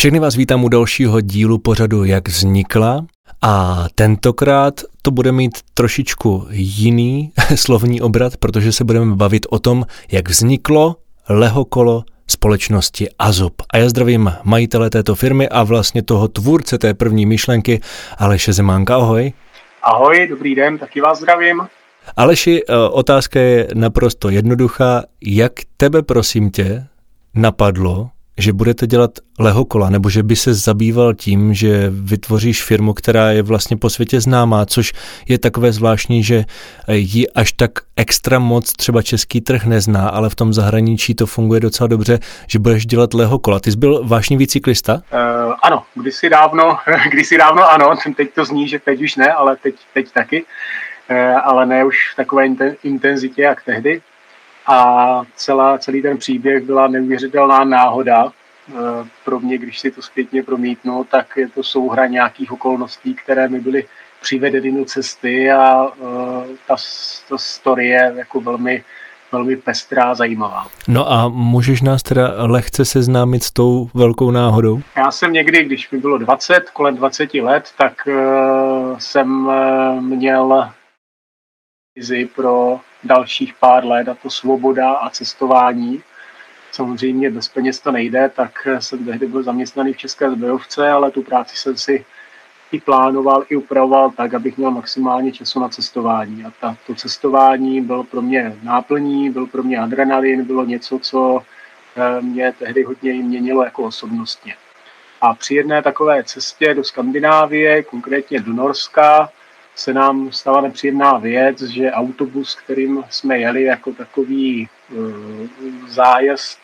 Všechny vás vítám u dalšího dílu pořadu Jak vznikla a tentokrát to bude mít trošičku jiný slovní obrat, protože se budeme bavit o tom, jak vzniklo lehokolo společnosti Azub. A já zdravím majitele této firmy a vlastně toho tvůrce té první myšlenky, Aleše Zemánka. Ahoj. Ahoj, dobrý den, taky vás zdravím. Aleši, otázka je naprosto jednoduchá. Jak tebe, prosím tě, napadlo, že budete dělat lehokola, nebo že by se zabýval tím, že vytvoříš firmu, která je vlastně po světě známá, což je takové zvláštní, že ji až tak extra moc třeba český trh nezná, ale v tom zahraničí to funguje docela dobře, že budeš dělat lehokola. Ty jsi byl vášnivý cyklista? Ano, kdysi dávno ano, teď to zní, že teď už ne, ale teď taky, ale ne už v takové intenzitě jak tehdy. A celý ten příběh byla neuvěřitelná náhoda. Pro mě, když si to zpětně promítnu, tak je to souhra nějakých okolností, které mi byly přivedeny do cesty a ta story je jako velmi, velmi pestrá, zajímavá. No a můžeš nás teda lehce seznámit s tou velkou náhodou? Já jsem někdy, když mi bylo kolem 20 let, tak jsem měl vizi pro dalších pár let, a to svoboda a cestování. Samozřejmě bez peněz to nejde, tak jsem tehdy byl zaměstnaný v České zbrojovce, ale tu práci jsem si i plánoval, i upravoval tak, abych měl maximálně času na cestování. A to cestování bylo pro mě náplní, byl pro mě adrenalin, bylo něco, co mě tehdy hodně měnilo jako osobnostně. A při jedné takové cestě do Skandinávie, konkrétně do Norska, se nám stala nepříjemná věc, že autobus, kterým jsme jeli jako takový zájezd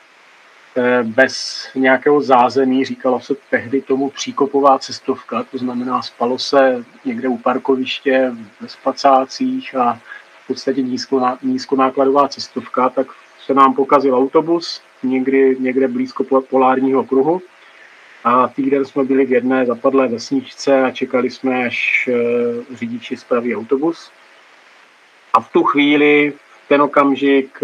bez nějakého zázemí, říkalo se tehdy tomu příkopová cestovka, to znamená spalo se někde u parkoviště ve spacácích a v podstatě nízkonákladová cestovka, tak se nám pokazil autobus někde blízko polárního kruhu. A týden jsme byli v jedné zapadlé vesničce a čekali jsme, až řidiči spraví autobus. A v tu chvíli, v ten okamžik,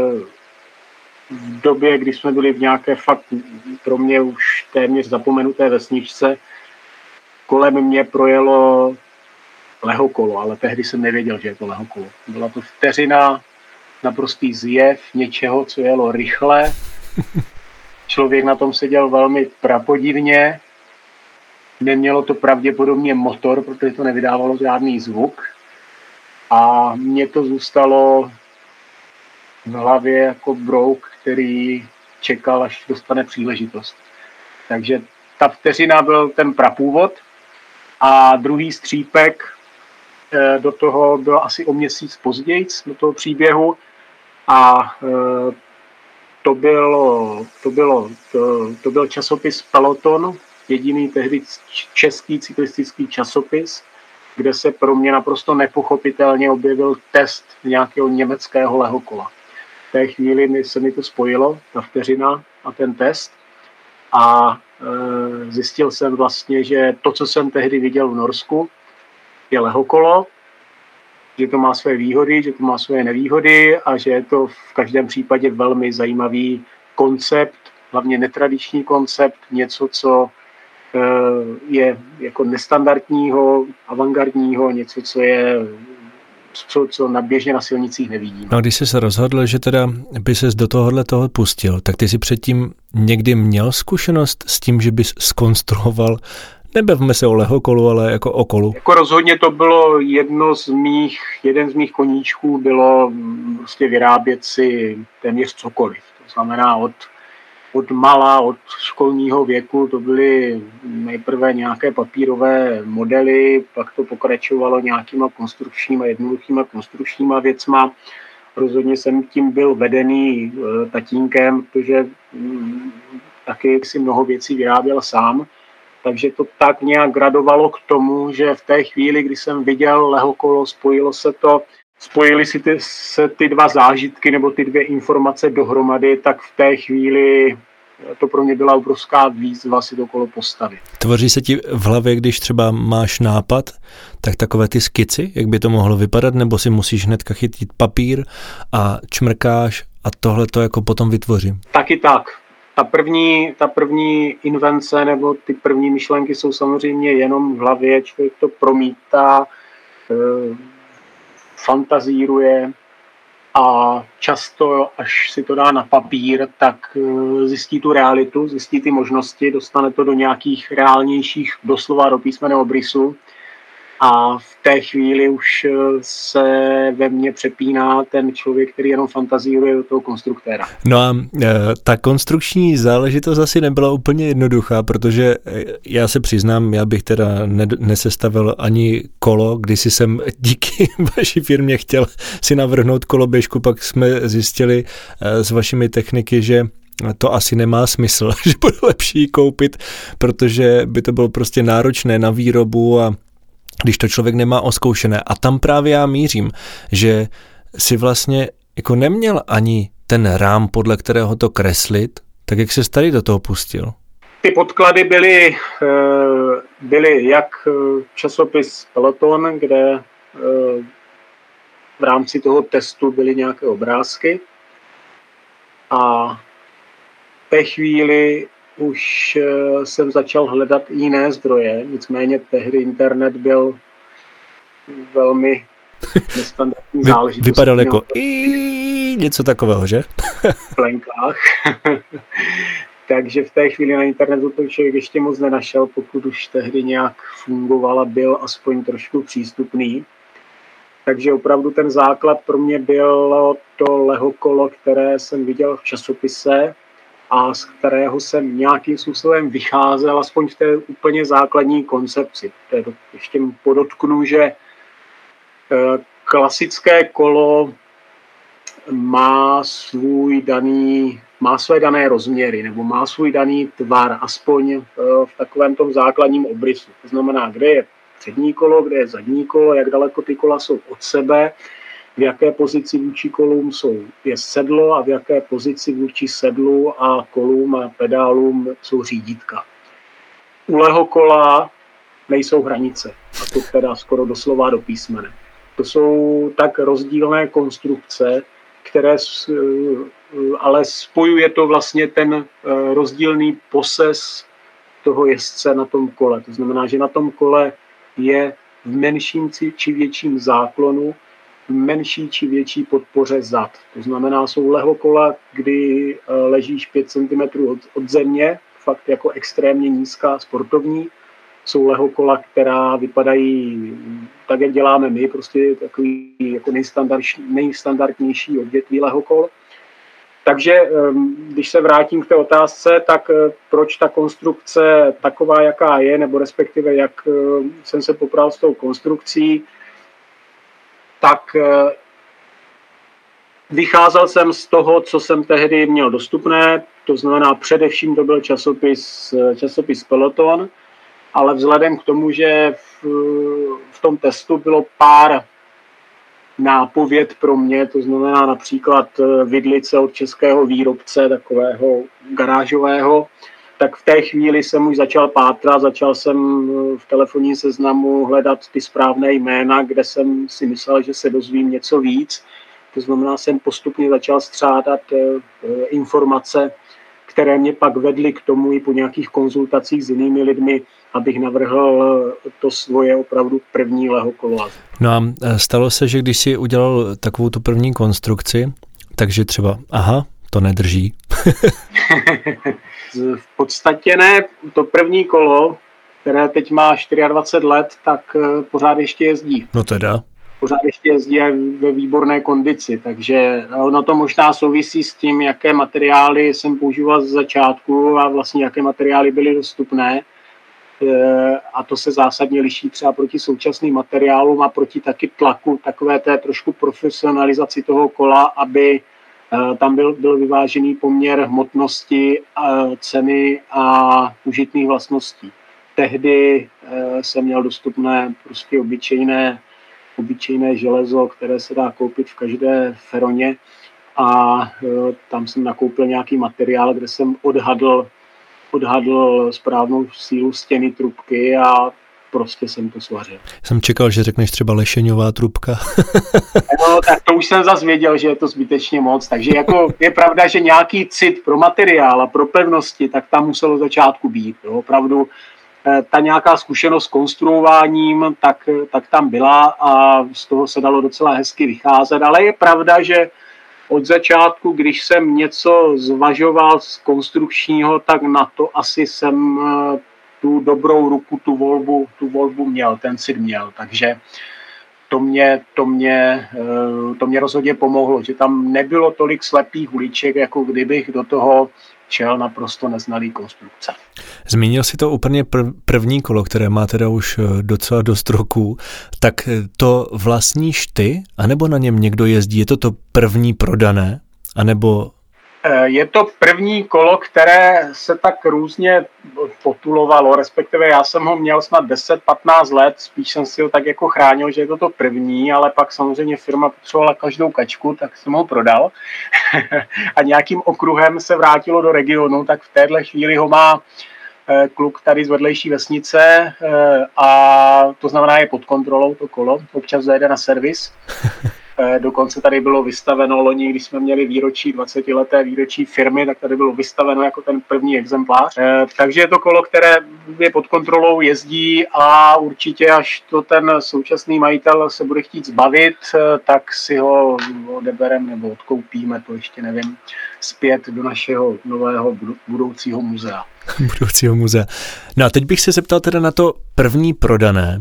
v době, kdy jsme byli v nějaké fakt pro mě už téměř zapomenuté vesničce, kolem mě projelo lehokolo, ale tehdy jsem nevěděl, že je to lehokolo. Byla to vteřina, naprostý zjev něčeho, co jelo rychle. Člověk na tom seděl velmi prapodivně, nemělo to pravděpodobně motor, protože to nevydávalo žádný zvuk a mně to zůstalo v hlavě jako brouk, který čekal, až dostane příležitost. Takže ta vteřina byl ten prapůvod a druhý střípek do toho byl asi o měsíc později, do toho příběhu a to byl časopis Peloton, jediný tehdy český cyklistický časopis, kde se pro mě naprosto nepochopitelně objevil test nějakého německého lehokola. V té chvíli se mi to spojilo, ta vteřina a ten test. A zjistil jsem vlastně, že to, co jsem tehdy viděl v Norsku, je lehokolo, že to má své výhody, že to má své nevýhody a že je to v každém případě velmi zajímavý koncept, hlavně netradiční koncept, něco, co je jako nestandardního, avantgardního, něco, co běžně na silnicích nevidíme. No a když jsi se rozhodl, že teda by ses do toho pustil, tak ty jsi předtím někdy měl zkušenost s tím, že bys zkonstruoval, nebavme se o lehokolu, ale jako o kolu? Jako rozhodně to bylo jeden z mých koníčků bylo prostě vyrábět si téměř cokoliv. To znamená od mala, od školního věku to byly nejprve nějaké papírové modely, pak to pokračovalo nějakýma jednoduchýma konstrukčníma věcma. Rozhodně jsem tím byl vedený tatínkem, protože taky si mnoho věcí vyráběl sám. Takže to tak nějak gradovalo k tomu, že v té chvíli, kdy jsem viděl lehokolo, spojily se ty dva zážitky nebo ty dvě informace dohromady, tak v té chvíli to pro mě byla obrovská výzva si to kolo postavit. Tvoří se ti v hlavě, když třeba máš nápad, tak takové ty skici, jak by to mohlo vypadat, nebo si musíš hnedka chytit papír a čmrkáš a tohle to jako potom vytvořím? Taky tak. Ta první invence nebo ty první myšlenky jsou samozřejmě jenom v hlavě, člověk to promítá, fantazíruje a často, až si to dá na papír, tak zjistí tu realitu, zjistí ty možnosti, dostane to do nějakých reálnějších, doslova do písmene obrysu a v té chvíli už se ve mně přepíná ten člověk, který jenom fantazíruje do toho konstruktéra. No a ta konstrukční záležitost asi nebyla úplně jednoduchá, protože já se přiznám, já bych teda nesestavil ani kolo, kdysi jsem díky vaší firmě chtěl si navrhnout koloběžku, pak jsme zjistili s vašimi techniky, že to asi nemá smysl, že bude lepší ji koupit, protože by to bylo prostě náročné na výrobu a když to člověk nemá oskoušené. A tam právě já mířím, že si vlastně jako neměl ani ten rám, podle kterého to kreslit, tak jak se tady do toho pustil? Ty podklady byly jak časopis Peloton, kde v rámci toho testu byly nějaké obrázky a v té chvíli už jsem začal hledat jiné zdroje, nicméně tehdy internet byl velmi nestandardní záležitost. Vypadal jako něco takového, že? V plenkách. Takže v té chvíli na internetu to člověk ještě moc nenašel, pokud už tehdy nějak fungoval a byl aspoň trošku přístupný. Takže opravdu ten základ pro mě bylo to Lego kolo, které jsem viděl v časopise a z kterého jsem nějakým způsobem vycházel, aspoň v té úplně základní koncepci. Ještě podotknu, že klasické kolo má své dané rozměry nebo má svůj daný tvar, aspoň v takovém tom základním obrysu. To znamená, kde je přední kolo, kde je zadní kolo, jak daleko ty kola jsou od sebe, v jaké pozici vůči kolům je sedlo a v jaké pozici vůči sedlu a kolům a pedálům jsou řídítka. U Lego kola nejsou hranice, a to teda skoro doslova do písmene. To jsou tak rozdílné konstrukce, které ale spojuje to vlastně ten rozdílný poses toho jezdce na tom kole. To znamená, že na tom kole je v menším či větším záklonu, v menší či větší podpoře zad. To znamená, jsou Lego kola, kdy ležíš 5 cm od země, fakt jako extrémně nízká sportovní. Jsou Lego kola, která vypadají tak, jak děláme my, prostě takový jako nejstandardnější odvětví Lego kol. Takže když se vrátím k té otázce, tak proč ta konstrukce taková, jaká je, nebo respektive jak jsem se popral s tou konstrukcí, tak vycházel jsem z toho, co jsem tehdy měl dostupné, to znamená především to byl časopis Peloton, ale vzhledem k tomu, že v tom testu bylo pár nápověd pro mě, to znamená například vidlice od českého výrobce, takového garážového, tak v té chvíli jsem už začal pátrat, začal jsem v telefonním seznamu hledat ty správné jména, kde jsem si myslel, že se dozvím něco víc. To znamená, jsem postupně začal střádat informace, které mě pak vedly k tomu i po nějakých konzultacích s jinými lidmi, abych navrhl to svoje opravdu první Lego kolo. No a stalo se, že když si udělal takovou tu první konstrukci, takže třeba, to nedrží. V podstatě ne. To první kolo, které teď má 24 let, tak pořád ještě jezdí. No teda. Pořád ještě jezdí ve výborné kondici, takže ono to možná souvisí s tím, jaké materiály jsem používal z začátku a vlastně jaké materiály byly dostupné. A to se zásadně liší třeba proti současným materiálům a proti taky tlaku, takové té trošku profesionalizaci toho kola, aby tam byl vyvážený poměr hmotnosti, ceny a užitných vlastností. Tehdy jsem měl dostupné prostě obyčejné železo, které se dá koupit v každé feroně a tam jsem nakoupil nějaký materiál, kde jsem odhadl správnou sílu stěny trubky a prostě jsem to svařil. Jsem čekal, že řekneš třeba lešeňová trubka. No, tak to už jsem zase věděl, že je to zbytečně moc, takže jako je pravda, že nějaký cit pro materiál a pro pevnosti, tak tam muselo začátku být. Jo. Opravdu ta nějaká zkušenost s konstruováním, tak tam byla a z toho se dalo docela hezky vycházet, ale je pravda, že od začátku, když jsem něco zvažoval z konstrukčního, tak na to asi jsem tu dobrou ruku, tu volbu měl, ten cit měl, takže to mě rozhodně pomohlo, že tam nebylo tolik slepých uliček, jako kdybych do toho šel naprosto neznalý konstrukce. Zmínil si to úplně první kolo, které má teda už docela dost roků, tak to vlastníš ty, anebo na něm někdo jezdí? Je to první prodané, anebo... Je to první kolo, které se tak různě potulovalo, respektive já jsem ho měl snad 10-15 let, spíš jsem si ho tak jako chránil, že je to první, ale pak samozřejmě firma potřebovala každou kačku, tak jsem ho prodal a nějakým okruhem se vrátilo do regionu, tak v téhle chvíli ho má kluk tady z vedlejší vesnice a to znamená je pod kontrolou to kolo, občas zajede na servis. Dokonce tady bylo vystaveno loni, když jsme měli výročí, 20leté výročí firmy, tak tady bylo vystaveno jako ten první exemplář. Takže je to kolo, které je pod kontrolou, jezdí a určitě až to ten současný majitel se bude chtít zbavit, tak si ho odebereme nebo odkoupíme, to ještě nevím, zpět do našeho nového budoucího muzea. Budoucího muzea. No a teď bych se zeptal teda na to první prodané.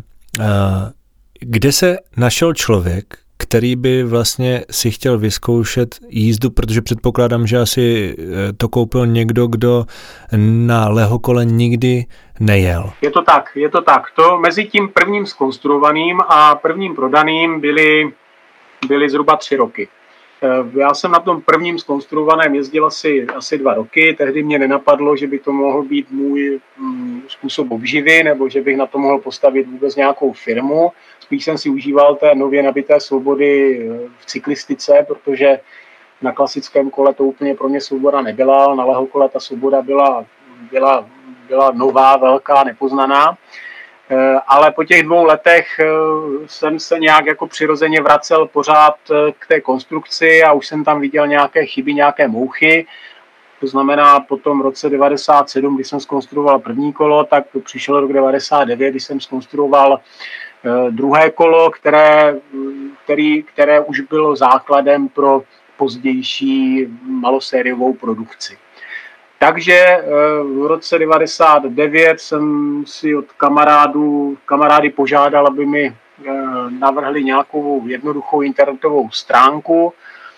Kde se našel člověk, který by vlastně si chtěl vyzkoušet jízdu, protože předpokládám, že asi to koupil někdo, kdo na lehokole nikdy nejel. Je to tak. To mezi tím prvním zkonstruovaným a prvním prodaným byly zhruba 3 roky. Já jsem na tom prvním zkonstruovaném jezdil asi 2 roky, tehdy mě nenapadlo, že by to mohl být můj způsob obživy, nebo že bych na to mohl postavit vůbec nějakou firmu. Spíš jsem si užíval té nově nabité svobody v cyklistice, protože na klasickém kole to úplně pro mě svoboda nebyla, na lehokole ta svoboda byla nová, velká, nepoznaná. Ale po těch 2 letech jsem se nějak jako přirozeně vracel pořád k té konstrukci a už jsem tam viděl nějaké chyby, nějaké mouchy. To znamená, po tom roce 97, kdy jsem zkonstruoval první kolo, tak přišel rok 99, kdy jsem zkonstruoval druhé kolo, které už bylo základem pro pozdější malosériovou produkci. Takže v roce 99 jsem si od kamarády požádal, aby mi navrhli nějakou jednoduchou internetovou stránku.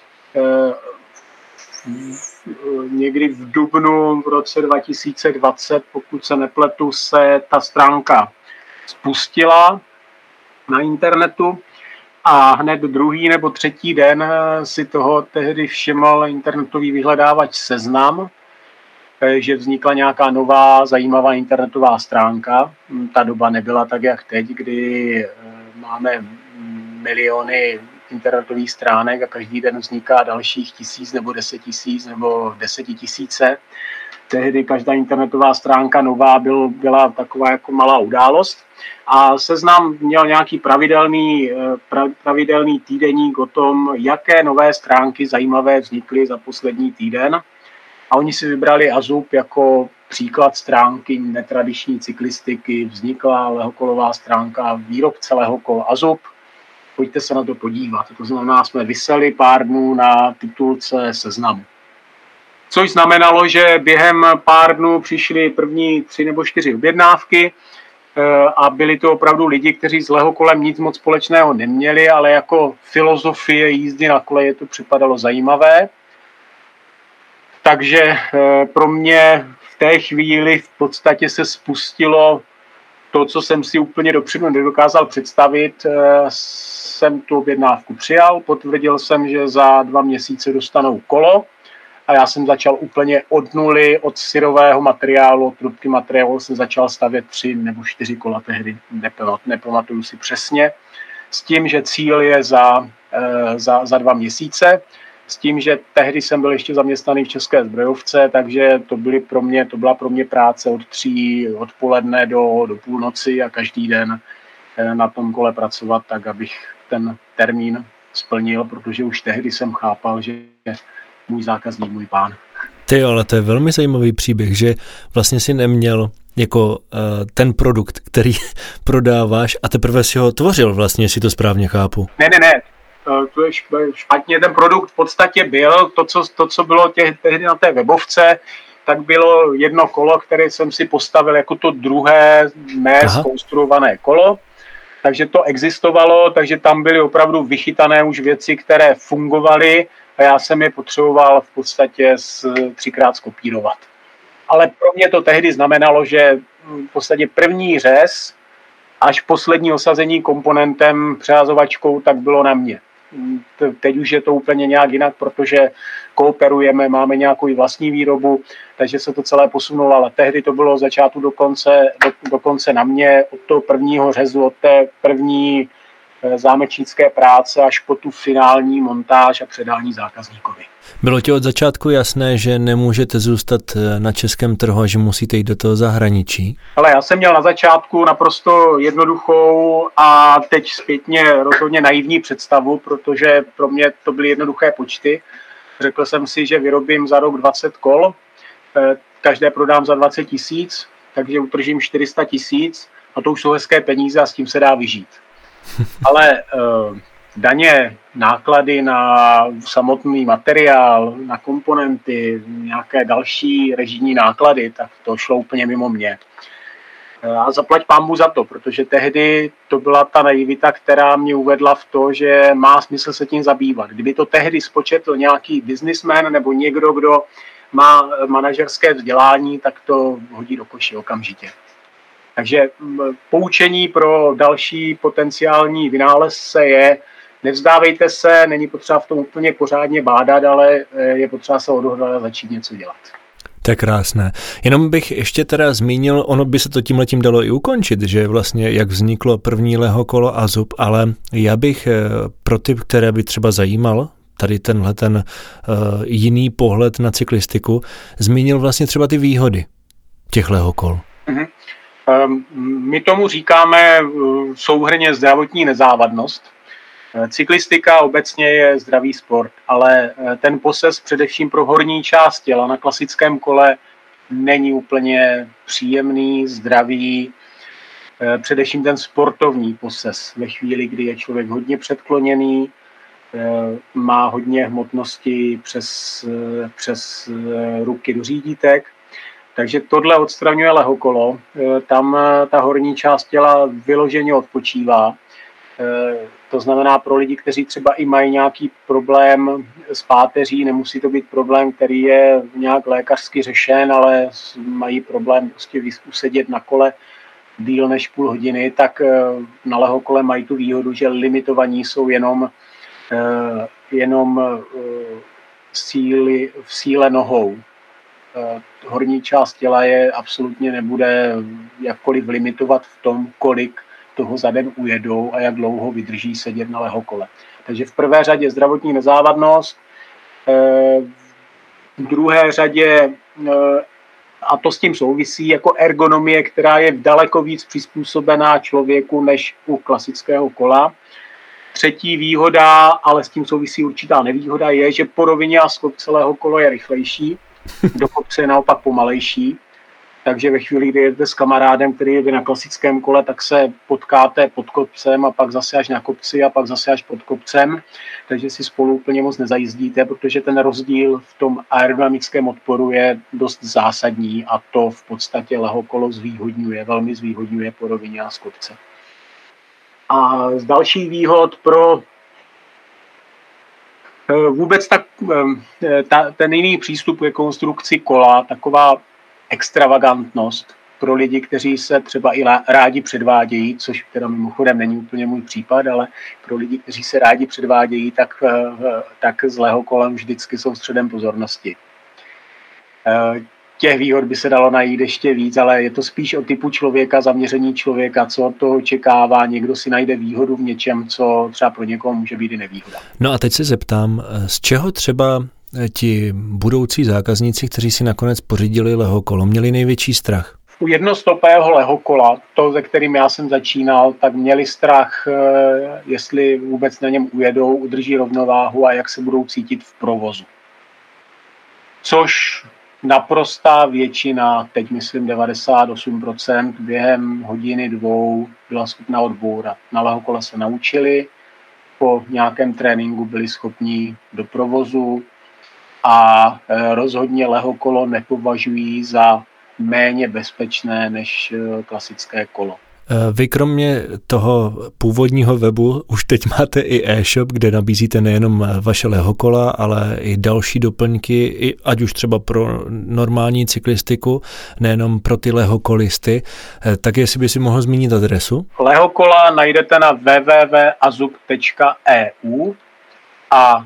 Někdy v dubnu v roce 2020, pokud se nepletu, se ta stránka spustila na internetu a hned druhý nebo třetí den si toho tehdy všiml internetový vyhledávač Seznam, že vznikla nějaká nová zajímavá internetová stránka. Ta doba nebyla tak, jak teď, kdy máme miliony internetových stránek a každý den vzniká dalších 1000 nebo 10 000 nebo 10 000. Tehdy každá internetová stránka nová byla taková jako malá událost. A Seznam měl nějaký pravidelný týdeník o tom, jaké nové stránky zajímavé vznikly za poslední týden. A oni si vybrali Azub jako příklad stránky netradiční cyklistiky. Vznikla lehokolová stránka výrobce lehokol Azub. Pojďte se na to podívat. To znamená, jsme viseli pár dnů na titulce Seznamu. Což znamenalo, že během pár dnů přišly první 3 nebo 4 objednávky a byli to opravdu lidi, kteří s lehokolem nic moc společného neměli, ale jako filozofie jízdy na koleji to připadalo zajímavé. Takže pro mě v té chvíli v podstatě se spustilo to, co jsem si úplně dopředu nedokázal představit. Jsem tu objednávku přijal, potvrdil jsem, že za 2 měsíce dostanou kolo a já jsem začal úplně od nuly, od syrového materiálu, od trubky materiálu jsem začal stavět 3 nebo 4 kola tehdy, nepamatuju si přesně, s tím, že cíl je za 2 měsíce. s tím, že tehdy jsem byl ještě zaměstnaný v České zbrojovce, takže to byla pro mě práce od 3 odpoledne do půlnoci a každý den na tom kole pracovat tak, abych ten termín splnil, protože už tehdy jsem chápal, že můj zákazník, můj pán. Ty, ale to je velmi zajímavý příběh, že vlastně si neměl jako ten produkt, který prodáváš a teprve si ho tvořil vlastně, jestli to správně chápu. Ne. To je špatně. Ten produkt v podstatě byl, to, co bylo tehdy na té webovce, tak bylo jedno kolo, které jsem si postavil jako to druhé mé zkonstruované kolo. Takže to existovalo, takže tam byly opravdu vychytané už věci, které fungovaly a já jsem je potřeboval v podstatě 3krát skopírovat. Ale pro mě to tehdy znamenalo, že v podstatě první řez až poslední osazení komponentem přehazovačkou, tak bylo na mě. Teď už je to úplně nějak jinak, protože kooperujeme, máme nějakou vlastní výrobu, takže se to celé posunulo, ale tehdy to bylo od začátku do konce na mě, od toho prvního řezu, od té první zámečnické práce až po tu finální montáž a předání zákazníkovi. Bylo ti od začátku jasné, že nemůžete zůstat na českém trhu a že musíte jít do toho zahraničí? Ale já jsem měl na začátku naprosto jednoduchou a teď zpětně rozhodně naivní představu, protože pro mě to byly jednoduché počty. Řekl jsem si, že vyrobím za rok 20 kol, každé prodám za 20 000, takže utržím 400 000 a to už jsou hezké peníze a s tím se dá vyžít. Ale daně, náklady na samotný materiál, na komponenty, nějaké další režijní náklady, tak to šlo úplně mimo mě. A zaplať pánbůh za to, protože tehdy to byla ta naivita, která mě uvedla v to, že má smysl se tím zabývat. Kdyby to tehdy spočetl nějaký businessman nebo někdo, kdo má manažerské vzdělání, tak to hodí do koše okamžitě. Takže poučení pro další potenciální vynálezce je, nevzdávejte se, není potřeba v tom úplně pořádně bádat, ale je potřeba se odhodlat a začít něco dělat. To je krásné. Jenom bych ještě teda zmínil, ono by se to tímhletím dalo i ukončit, že vlastně jak vzniklo první Leho kolo a zub, ale já bych pro ty, které by třeba zajímal, tady tenhle jiný pohled na cyklistiku, zmínil vlastně třeba ty výhody těch Leho kol. Mm-hmm. My tomu říkáme souhrnně zdravotní nezávadnost. Cyklistika obecně je zdravý sport, ale ten posez především pro horní část těla na klasickém kole není úplně příjemný, zdravý. Především ten sportovní posez ve chvíli, kdy je člověk hodně předkloněný, má hodně hmotnosti přes ruky do řídítek. Takže tohle odstraňuje lehokolo, tam ta horní část těla vyloženě odpočívá. To znamená pro lidi, kteří třeba i mají nějaký problém s páteří, nemusí to být problém, který je nějak lékařsky řešen, ale mají problém prostě usedět na kole díl než půl hodiny, tak na lehokole mají tu výhodu, že limitovaní jsou jenom v síle nohou. Horní část těla je absolutně nebude jakkoliv limitovat v tom, kolik toho za den ujedou a jak dlouho vydrží sedět na lehokole. Takže v prvé řadě zdravotní nezávadnost, v druhé řadě, a to s tím souvisí, jako ergonomie, která je daleko víc přizpůsobená člověku než u klasického kola. Třetí výhoda, ale s tím souvisí určitá nevýhoda, je, že po rovině a z kopce lehokolo je rychlejší, do kopce je naopak pomalejší. Takže ve chvíli, kdy jedete s kamarádem, který jede na klasickém kole, tak se potkáte pod kopcem a pak zase až na kopci a pak zase až pod kopcem. Takže si spolu úplně moc nezajízdíte, protože ten rozdíl v tom aerodynamickém odporu je dost zásadní a to v podstatě lehokolo velmi zvýhodňuje po rovině a z kopce. A z dalších výhod pro vůbec ten jiný přístup ke konstrukci kola, taková extravagantnost pro lidi, kteří se třeba i rádi předvádějí, což teda mimochodem není úplně můj případ, ale pro lidi, kteří se rádi předvádějí, tak s lehokolem vždycky jsou středem pozornosti. těch výhod by se dalo najít ještě víc, ale je to spíš o typu člověka, zaměření člověka, co od toho očekává. Někdo si najde výhodu v něčem, co třeba pro někoho může být i nevýhoda. No a teď se zeptám, z čeho třeba ti budoucí zákazníci, kteří si nakonec pořídili lehokolo, měli největší strach? U jednostopého lehokola, to, se kterým já jsem začínal, tak měli strach, jestli vůbec na něm ujedou, udrží rovnováhu a jak se budou cítit v provozu. Což naprostá většina, teď myslím 98%, během hodiny, dvou byla schopna odbourat. Na lehokole se naučili, po nějakém tréninku byli schopni do provozu a rozhodně lehokolo nepovažují za méně bezpečné než klasické kolo. Vy kromě toho původního webu už teď máte i e-shop, kde nabízíte nejenom vaše lehokola, ale i další doplňky, ať už třeba pro normální cyklistiku, nejenom pro ty lehokolisty. Tak jestli by si mohl zmínit adresu? Lehokola najdete na www.azub.eu a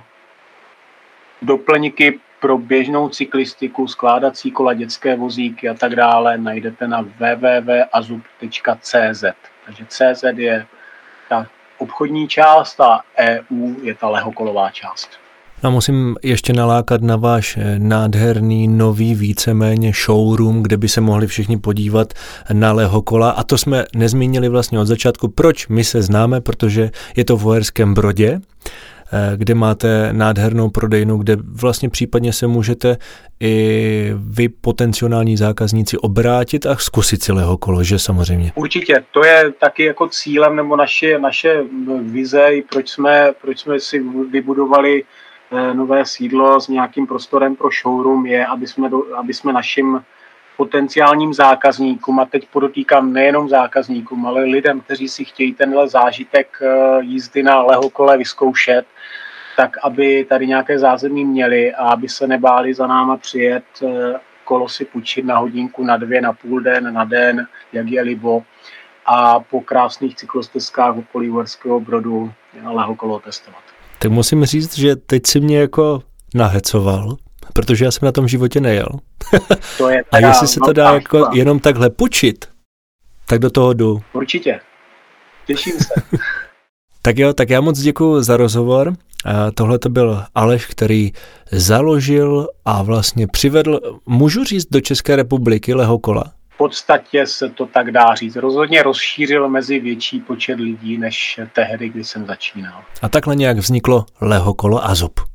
doplňky pro běžnou cyklistiku, skládací kola, dětské vozíky a tak dále najdete na www.azub.cz. Takže CZ je ta obchodní část a EU je ta lehokolová část. No, musím ještě nalákat na váš nádherný, nový, víceméně showroom, kde by se mohli všichni podívat na lehokola. A to jsme nezmínili vlastně od začátku. Proč my se známe? Protože je to v Uherském Brodě, kde máte nádhernou prodejnu, kde vlastně případně se můžete i vy potenciální zákazníci obrátit a zkusit si lehokolo, že samozřejmě? Určitě, to je taky jako cílem nebo naše vize, proč jsme si vybudovali nové sídlo s nějakým prostorem pro showroom, je, aby jsme našim potenciálním zákazníkům, a teď podotýkám nejenom zákazníkům, ale lidem, kteří si chtějí tenhle zážitek jízdy na lehokole vyzkoušet, tak aby tady nějaké zázemí měli a aby se nebáli za náma přijet, kolo si půjčit na hodinku, na dvě, na půl den, na den, jak je libo, a po krásných cyklostezkách okolí Uherského Brodu lehokolo testovat. Tak musím říct, že teď si mě jako nahecoval, protože já jsem na tom životě nejel. To je a jestli se to dá jako jenom takhle půjčit, tak do toho jdu. Určitě. Těším se. Tak jo, tak já moc děkuju za rozhovor. Tohle to byl Aleš, který založil a vlastně přivedl, můžu říct, do České republiky lehokola? V podstatě se to tak dá říct. Rozhodně rozšířil mezi větší počet lidí než tehdy, kdy jsem začínal. A takhle nějak vzniklo lehokolo Azub.